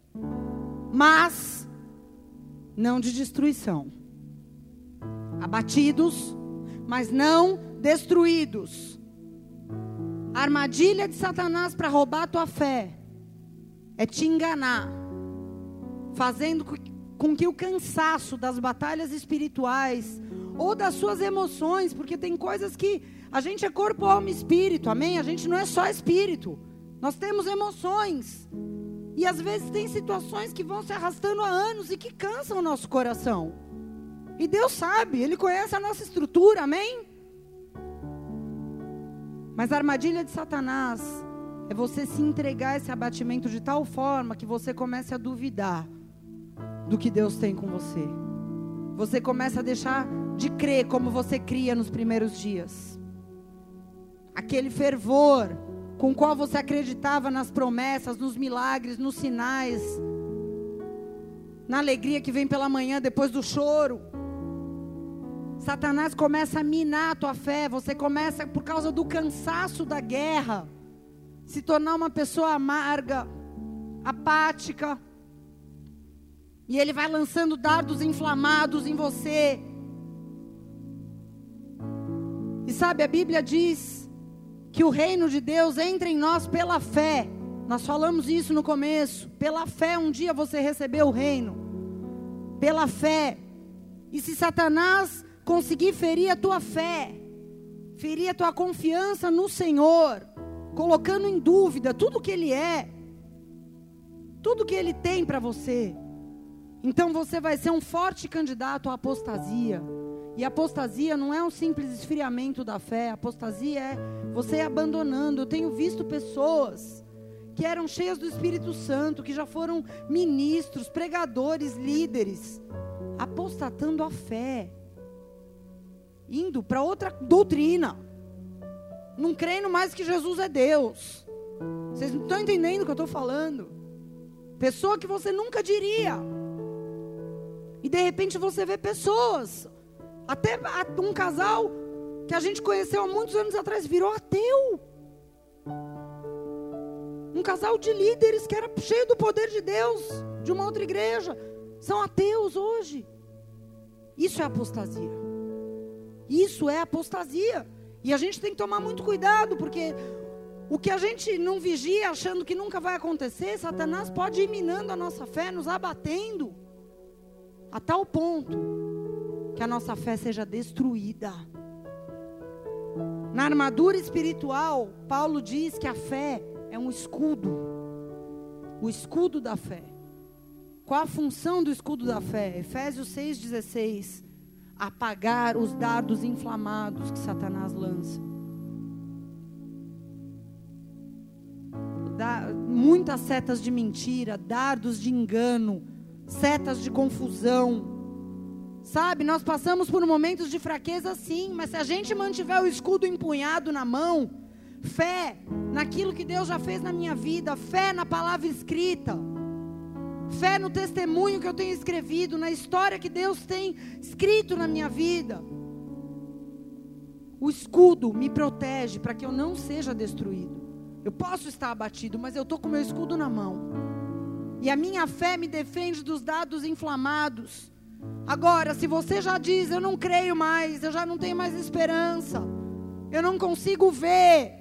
Mas não de destruição. Abatidos, mas não destruídos. A armadilha de Satanás para roubar a tua fé é te enganar, fazendo com que o cansaço das batalhas espirituais ou das suas emoções, porque tem coisas que a gente é corpo, alma e espírito, amém? A gente não é só espírito, nós temos emoções. E às vezes tem situações que vão se arrastando há anos e que cansam o nosso coração. E Deus sabe, Ele conhece a nossa estrutura, amém? Mas a armadilha de Satanás é você se entregar a esse abatimento de tal forma que você comece a duvidar do que Deus tem com você. Você começa a deixar de crer como você cria nos primeiros dias. Aquele fervor com o qual você acreditava nas promessas, nos milagres, nos sinais, na alegria que vem pela manhã depois do choro. Satanás começa a minar a tua fé. Você começa, por causa do cansaço da guerra, se tornar uma pessoa amarga, apática. E ele vai lançando dardos inflamados em você. E sabe, a Bíblia diz que o reino de Deus entra em nós pela fé. Nós falamos isso no começo. Pela fé um dia você recebeu o reino. Pela fé. E se Satanás conseguir ferir a tua fé, ferir a tua confiança no Senhor, colocando em dúvida tudo que Ele é, tudo que Ele tem para você, então você vai ser um forte candidato à apostasia. E apostasia não é um simples esfriamento da fé. Apostasia é você abandonando. Eu tenho visto pessoas que eram cheias do Espírito Santo, que já foram ministros, pregadores, líderes, apostatando a fé, indo para outra doutrina, não crendo mais que Jesus é Deus. Vocês não estão entendendo o que eu estou falando? Pessoa que você nunca diria. E de repente você vê pessoas, até um casal que a gente conheceu há muitos anos atrás, virou ateu. Um casal de líderes que era cheio do poder de Deus, de uma outra igreja, são ateus hoje. Isso é apostasia. Isso é apostasia. E a gente tem que tomar muito cuidado, porque o que a gente não vigia achando que nunca vai acontecer, Satanás pode ir minando a nossa fé, nos abatendo, a tal ponto que a nossa fé seja destruída. Na armadura espiritual, Paulo diz que a fé é um escudo. O escudo da fé. Qual a função do escudo da fé? Efésios 6,16. Apagar os dardos inflamados que Satanás lança. Muitas setas de mentira, dardos de engano, setas de confusão. Sabe, nós passamos por momentos de fraqueza sim, mas se a gente mantiver o escudo empunhado na mão, fé naquilo que Deus já fez na minha vida, fé na palavra escrita, fé no testemunho que eu tenho escrevido, na história que Deus tem escrito na minha vida. O escudo me protege para que eu não seja destruído. Eu posso estar abatido, mas eu estou com o meu escudo na mão. E a minha fé me defende dos dardos inflamados. Agora, se você já diz, eu não creio mais, eu já não tenho mais esperança, eu não consigo ver,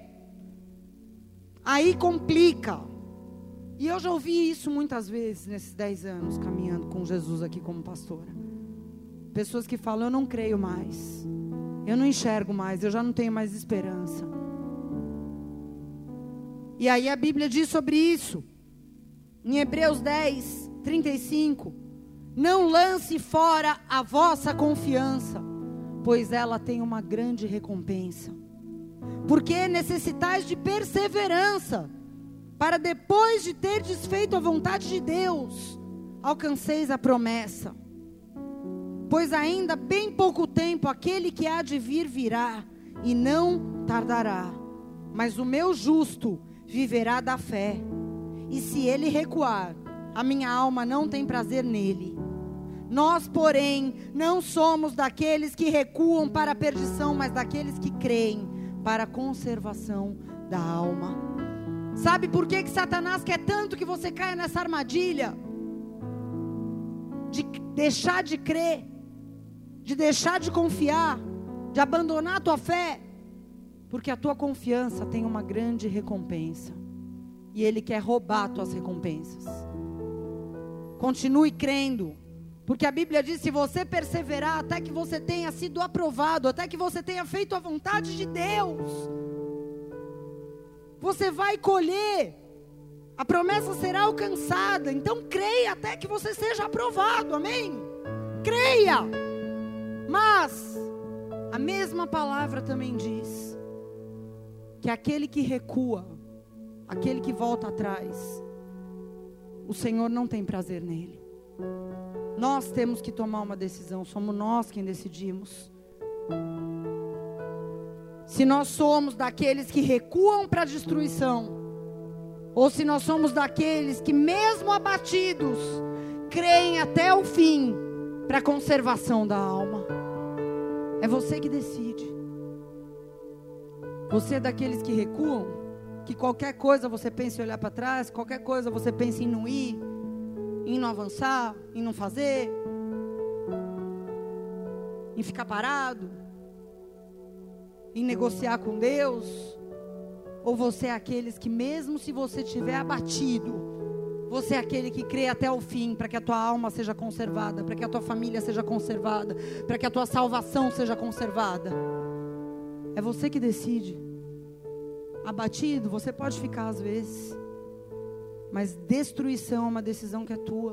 aí complica. E eu já ouvi isso muitas vezes nesses 10 anos caminhando com Jesus aqui como pastora. Pessoas que falam, eu não creio mais, eu não enxergo mais, eu já não tenho mais esperança. E aí a Bíblia diz sobre isso. Em Hebreus 10, 35. Não lance fora a vossa confiança, pois ela tem uma grande recompensa. Porque necessitais de perseverança, para depois de ter desfeito a vontade de Deus, alcanceis a promessa. Pois ainda bem pouco tempo aquele que há de vir virá, e não tardará. Mas o meu justo viverá da fé. E se ele recuar, a minha alma não tem prazer nele. Nós, porém, não somos daqueles que recuam para a perdição, mas daqueles que creem para a conservação da alma. Sabe por que Satanás quer tanto que você caia nessa armadilha? De deixar de crer, de deixar de confiar, de abandonar a tua fé. Porque a tua confiança tem uma grande recompensa. E ele quer roubar as tuas recompensas. Continue crendo. Porque a Bíblia diz, se você perseverar até que você tenha sido aprovado, até que você tenha feito a vontade de Deus, você vai colher. A promessa será alcançada. Então creia até que você seja aprovado, amém? Creia. Mas a mesma palavra também diz que aquele que recua, aquele que volta atrás, o Senhor não tem prazer nele. Nós temos que tomar uma decisão, somos nós quem decidimos. Se nós somos daqueles que recuam para a destruição, ou se nós somos daqueles que mesmo abatidos, creem até o fim para a conservação da alma. É você que decide. Você é daqueles que recuam, que qualquer coisa você pensa em olhar para trás, qualquer coisa você pensa em não ir, em não avançar, em não fazer, em ficar parado, em negociar com Deus? Ou você é aqueles que mesmo se você estiver abatido, você é aquele que crê até o fim, para que a tua alma seja conservada, para que a tua família seja conservada, para que a tua salvação seja conservada? É você que decide. Abatido, você pode ficar às vezes, mas destruição é uma decisão que é tua.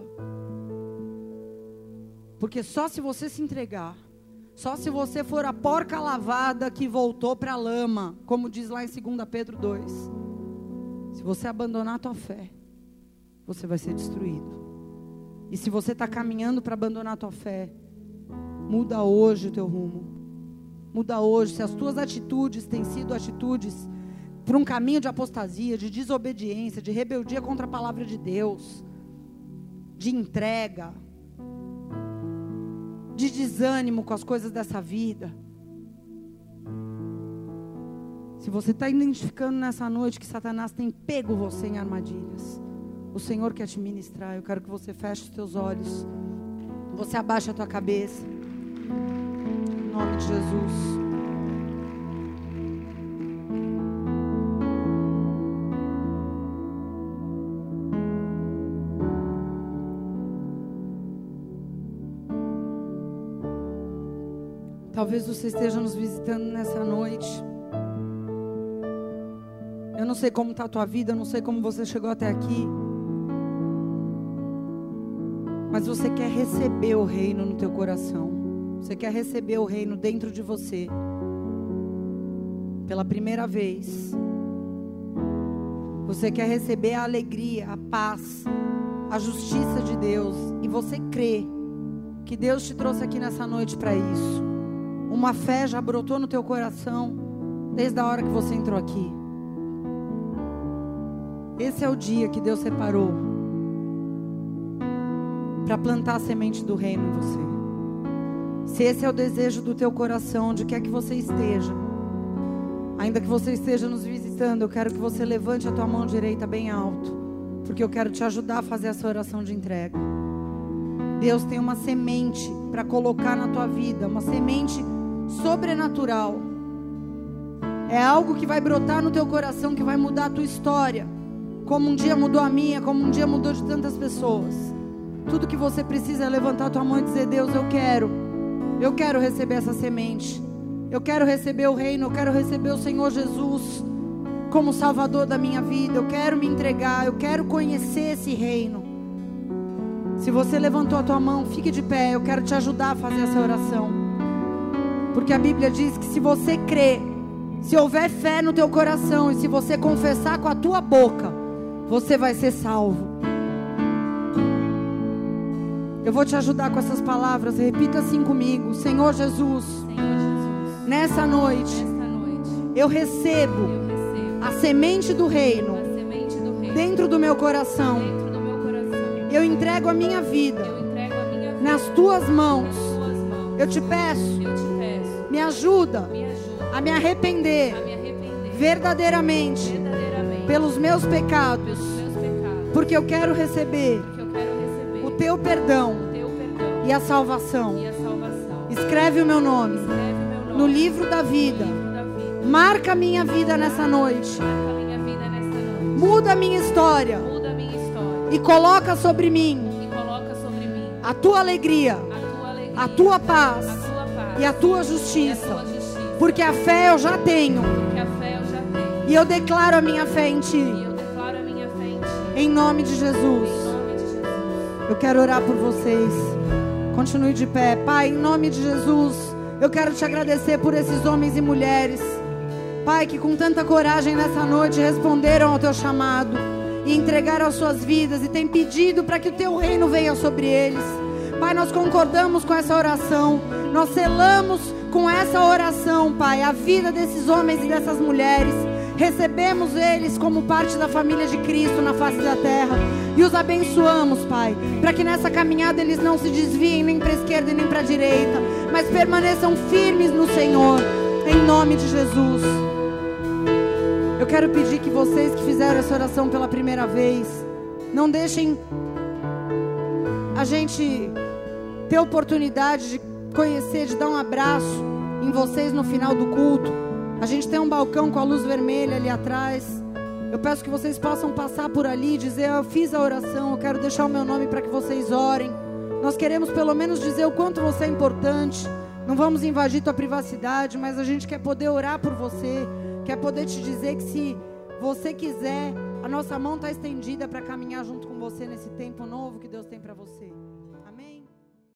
Porque só se você se entregar, só se você for a porca lavada que voltou para a lama, como diz lá em 2 Pedro 2, se você abandonar a tua fé, você vai ser destruído. E se você está caminhando para abandonar a tua fé, muda hoje o teu rumo. Muda hoje. Se as tuas atitudes têm sido atitudes para um caminho de apostasia, de desobediência, de rebeldia contra a palavra de Deus, de entrega, de desânimo com as coisas dessa vida. Se você está identificando nessa noite que Satanás tem pego você em armadilhas, o Senhor quer te ministrar. Eu quero que você feche os teus olhos, você abaixe a tua cabeça, em nome de Jesus. Talvez você esteja nos visitando nessa noite. Eu não sei como está a tua vida, eu não sei como você chegou até aqui. Mas você quer receber o reino no teu coração. Você quer receber o reino dentro de você. Pela primeira vez. Você quer receber a alegria, a paz, a justiça de Deus. E você crê que Deus te trouxe aqui nessa noite para isso. Uma fé já brotou no teu coração desde a hora que você entrou aqui. Esse é o dia que Deus separou para plantar a semente do reino em você. Se esse é o desejo do teu coração, onde quer que você esteja, ainda que você esteja nos visitando, eu quero que você levante a tua mão direita bem alto, porque eu quero te ajudar a fazer essa oração de entrega. Deus tem uma semente para colocar na tua vida, uma semente sobrenatural. É algo que vai brotar no teu coração, que vai mudar a tua história, como um dia mudou a minha, como um dia mudou de tantas pessoas. Tudo que você precisa é levantar a tua mão e dizer: Deus, eu quero receber essa semente, eu quero receber o reino, eu quero receber o Senhor Jesus como Salvador da minha vida, eu quero me entregar, eu quero conhecer esse reino. Se você levantou a tua mão, fique de pé. Eu quero te ajudar a fazer essa oração. Porque a Bíblia diz que se você crer, se houver fé no teu coração e se você confessar com a tua boca, você vai ser salvo. Eu vou te ajudar com essas palavras. Repita assim comigo: Senhor Jesus, nessa noite, eu recebo a semente do reino dentro do meu coração. Eu entrego a minha vida nas tuas mãos. Eu te peço, me ajuda a me arrepender verdadeiramente pelos meus pecados, porque eu quero receber o teu perdão e a salvação. Escreve o meu nome no livro da vida. Marca a minha vida nessa noite. Muda a minha história e coloca sobre mim a tua alegria, a tua paz e a tua justiça, porque a fé eu já tenho e eu declaro a minha fé em ti, em nome de Jesus. Eu quero orar por vocês. Continue de pé. Pai, em nome de Jesus, eu quero te agradecer por esses homens e mulheres, Pai, que com tanta coragem nessa noite responderam ao teu chamado e entregaram as suas vidas e têm pedido para que o teu reino venha sobre eles. Pai, nós concordamos com essa oração, nós selamos com essa oração, Pai, a vida desses homens e dessas mulheres. Recebemos eles como parte da família de Cristo na face da terra e os abençoamos, Pai, para que nessa caminhada eles não se desviem nem para a esquerda e nem para a direita, mas permaneçam firmes no Senhor, em nome de Jesus. Eu quero pedir que vocês que fizeram essa oração pela primeira vez, não deixem a gente ter oportunidade de conhecer, de dar um abraço em vocês no final do culto. A gente tem um balcão com a luz vermelha ali atrás. Eu peço que vocês possam passar por ali e dizer: eu fiz a oração, eu quero deixar o meu nome para que vocês orem. Nós queremos pelo menos dizer o quanto você é importante. Não vamos invadir tua privacidade, mas a gente quer poder orar por você, quer poder te dizer que se você quiser, a nossa mão está estendida para caminhar junto com você nesse tempo novo que Deus tem para você.